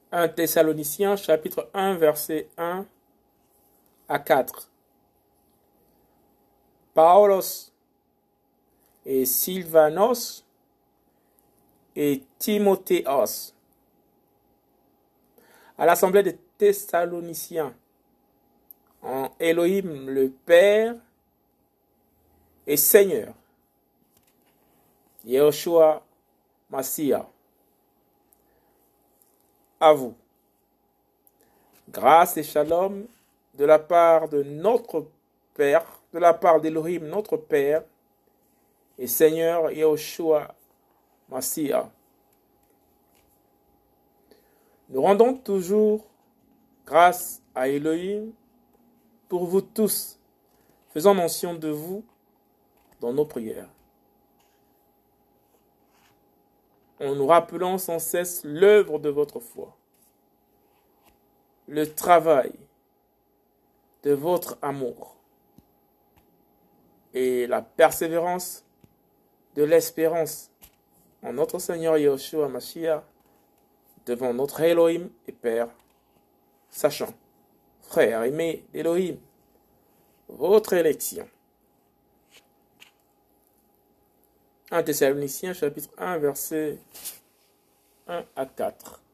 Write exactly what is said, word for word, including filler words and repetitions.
un Thessaloniciens chapitre un verset un à quatre. Paulos et Sylvanos et Timothéos à l'assemblée des Thessaloniciens en Elohim le Père et Seigneur, Yehoshua Mashiach, à vous. Grâce et shalom de la part de notre Père, de la part d'Elohim notre Père et Seigneur Yehoshua Mashiach. Nous rendons toujours grâce à Elohim pour vous tous, faisant mention de vous dans nos prières, en nous rappelant sans cesse l'œuvre de votre foi, le travail de votre amour et la persévérance de l'espérance en notre Seigneur Yehoshua Mashiach devant notre Elohim et Père, sachant, frères aimés d'Elohim, votre élection. un Thessaloniciens chapitre un verset un à quatre.